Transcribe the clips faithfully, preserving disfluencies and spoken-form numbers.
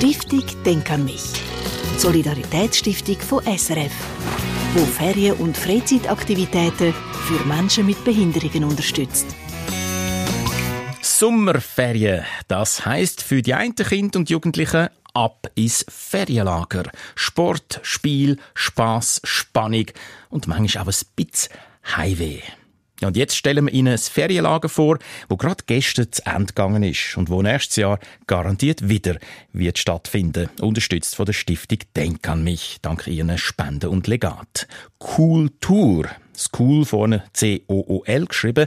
Stiftung Denk an mich. Solidaritätsstiftung von S R F, wo Ferien- und Freizeitaktivitäten für Menschen mit Behinderungen unterstützt. Sommerferien, das heisst für die einen Kinder und Jugendlichen ab ins Ferienlager. Sport, Spiel, Spass, Spannung und manchmal auch ein bisschen Heimweh. Ja, und jetzt stellen wir Ihnen ein Ferienlager vor, wo gerade gestern zu Ende gegangen ist und wo nächstes Jahr garantiert wieder wird stattfinden, unterstützt von der Stiftung Denk an mich, dank ihren Spenden und Legat. Cool Tour. School vorne C O O L geschrieben.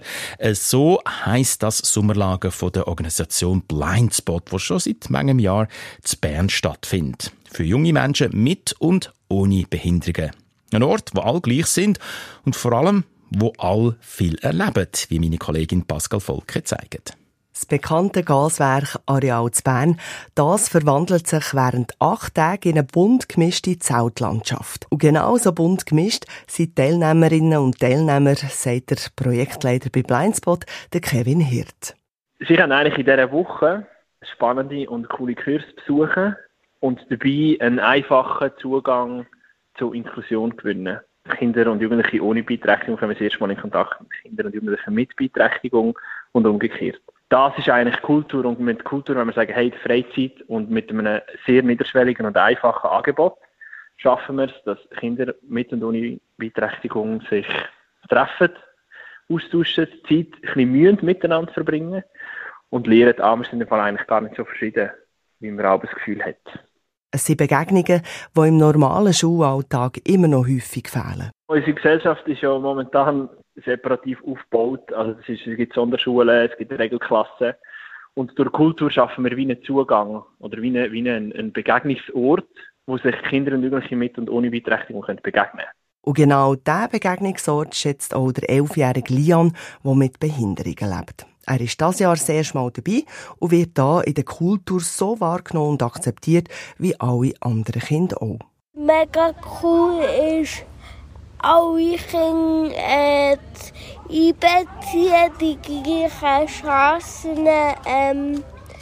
So heisst das Sommerlager von der Organisation Blindspot, das schon seit manchem Jahr zu Bern stattfindet. Für junge Menschen mit und ohne Behinderungen. Ein Ort, wo alle gleich sind und vor allem, wo alle viel erleben, wie meine Kollegin Pascal Volke zeigt. Das bekannte Gaswerk Areal zu Bern, das verwandelt sich während acht Tagen in eine bunt gemischte Zeltlandschaft. Und genauso bunt gemischt sind Teilnehmerinnen und Teilnehmer, sagt der Projektleiter bei Blindspot, der Kevin Hirt. Sie können eigentlich in dieser Woche spannende und coole Kurse besuchen und dabei einen einfachen Zugang zur Inklusion gewinnen. Kinder und Jugendliche ohne Beeinträchtigung kommen das erste Mal in Kontakt mit Kindern und Jugendlichen mit Beeinträchtigung und umgekehrt. Das ist eigentlich Kultur, und mit Kultur, wenn wir sagen, hey, die Freizeit und mit einem sehr niederschwelligen und einfachen Angebot schaffen wir es, dass Kinder mit und ohne Beeinträchtigung sich treffen, austauschen, die Zeit ein bisschen mühend miteinander verbringen und lernen, ah, wir sind im Fall eigentlich gar nicht so verschieden, wie man auch das Gefühl hat. Es sind Begegnungen, die im normalen Schulalltag immer noch häufig fehlen. Unsere Gesellschaft ist ja momentan separativ aufgebaut. Also es, ist, es gibt Sonderschulen, es gibt Regelklassen. Und durch Kultur schaffen wir wie einen Zugang oder wie, eine, wie einen, einen Begegnungsort, wo sich Kinder und Jugendliche mit und ohne Beeinträchtigung begegnen können. Und genau diesen Begegnungsort schätzt auch der elfjährige Lian, der mit Behinderungen lebt. Er ist dieses Jahr das erste Mal dabei und wird hier in der Kultur so wahrgenommen und akzeptiert wie alle anderen Kinder auch. Mega cool ist, alle Kinder äh, einbeziehen, die gleichen Chancen ähm,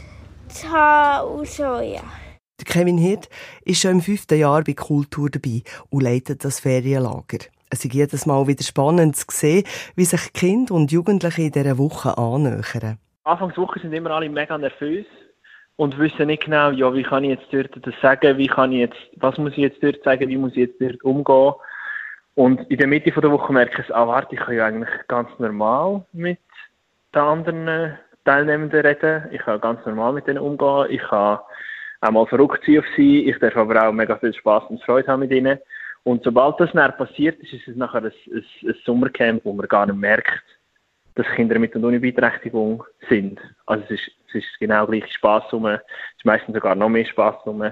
zu haben und so, ja. Kevin Hirt ist schon im fünften Jahr bei Kultur dabei und leitet das Ferienlager. Es ist jedes Mal wieder spannend zu sehen, wie sich Kinder und Jugendliche in dieser Woche annähern. Anfangswoche sind immer alle mega nervös und wissen nicht genau, ja, wie kann ich jetzt dort das sagen, wie kann ich jetzt, was muss ich jetzt dort sagen, wie muss ich jetzt dort umgehen. Und in der Mitte der Woche merke ich, ah, warte, ich kann ja eigentlich ganz normal mit den anderen Teilnehmenden reden. Ich kann ganz normal mit denen umgehen. Ich kann auch mal verrückt sein auf sie. Ich darf aber auch mega viel Spass und Freude haben mit ihnen. Und sobald das dann passiert ist, ist es nachher ein, ein, ein Sommercamp, wo man gar nicht merkt, dass Kinder mit und ohne Beeinträchtigung sind. Also es ist, es ist genau gleich Spass rum. Es ist meistens sogar noch mehr Spass rum.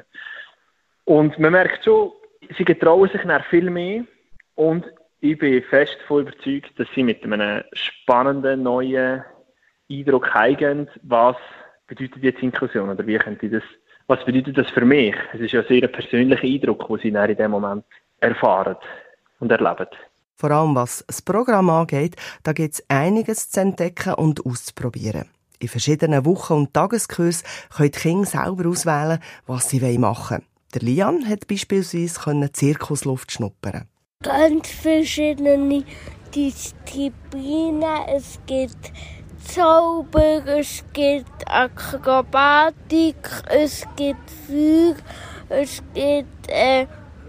Und man merkt schon, sie getrauen sich dann viel mehr. Und ich bin fest davon überzeugt, dass sie mit einem spannenden, neuen Eindruck heimgehen, was bedeutet jetzt Inklusion oder wie könnte das, was bedeutet das für mich? Es ist ja ein sehr persönlicher Eindruck, den sie dann in dem Moment erfahren und erleben. Vor allem was das Programm angeht, da gibt es einiges zu entdecken und auszuprobieren. In verschiedenen Wochen- und Tageskursen können die Kinder selber auswählen, was sie machen wollen. Der Lian hat beispielsweise Zirkusluft schnuppern. Ganz verschiedene Disziplinen. Es gibt Zauber, es gibt Akrobatik, es gibt Feuer, es gibt äh,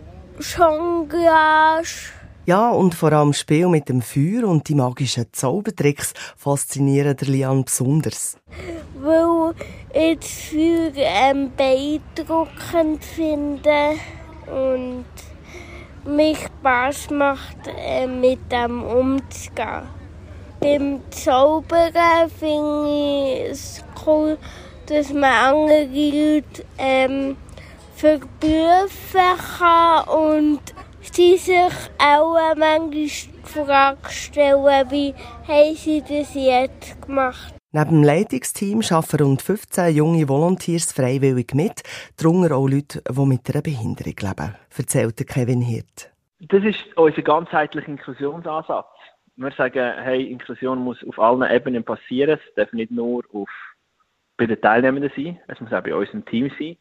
Jonglage. Ja, und vor allem Spiel mit dem Feuer und die magischen Zaubertricks faszinieren der Lian besonders. Weil ich das Feuer ähm, beeindruckend finde und mich Spass macht, äh, mit dem umzugehen. Beim Zaubern finde ich es cool, dass man andere Leute ähm, verblüffen kann und sie sich auch manchmal die Frage stellen, wie haben sie das jetzt gemacht? Neben dem Leitungsteam arbeiten rund fünfzehn junge Volunteers freiwillig mit, darunter auch Leute, die mit einer Behinderung leben, erzählt Kevin Hirt. Das ist unser ganzheitlicher Inklusionsansatz. Wir sagen, hey, Inklusion muss auf allen Ebenen passieren. Es darf nicht nur auf, bei den Teilnehmenden sein, es muss auch bei uns im Team sein.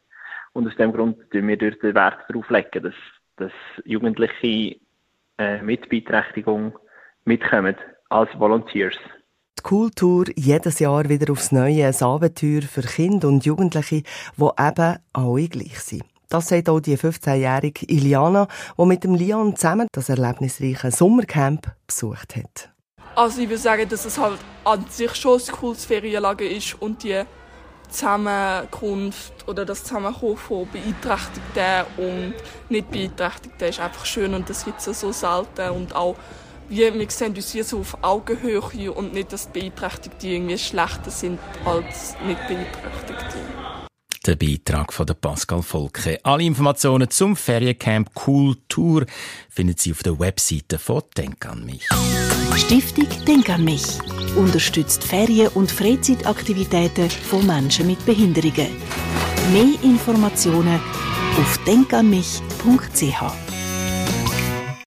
Und aus dem Grund legen wir dort den Wert darauf legen, dass, dass Jugendliche äh, mit Beeinträchtigung mitkommen als Volunteers. Die Cool-Tour jedes Jahr wieder aufs Neue ein Abenteuer für Kinder und Jugendliche, die eben alle gleich sind. Das sagt auch die fünfzehnjährige Iliana, die mit dem Lian zusammen das erlebnisreiche Sommercamp besucht hat. Also ich würde sagen, dass es halt an sich schon ein cooles Ferienlager ist und die Zusammenkunft oder das Zusammenkommen von Beeinträchtigten und Nicht-Beeinträchtigten ist einfach schön und das gibt es so selten. Und auch wir, wir sehen uns hier so auf Augenhöhe und nicht, dass Beeinträchtigte irgendwie schlechter sind als Nicht-Beeinträchtigte. Der Beitrag von der Pascal Volke. Alle Informationen zum Feriencamp Cool Tour finden Sie auf der Webseite von Denk an mich. Stiftung Denk an mich unterstützt Ferien- und Freizeitaktivitäten von Menschen mit Behinderungen. Mehr Informationen auf denk an mich punkt c h.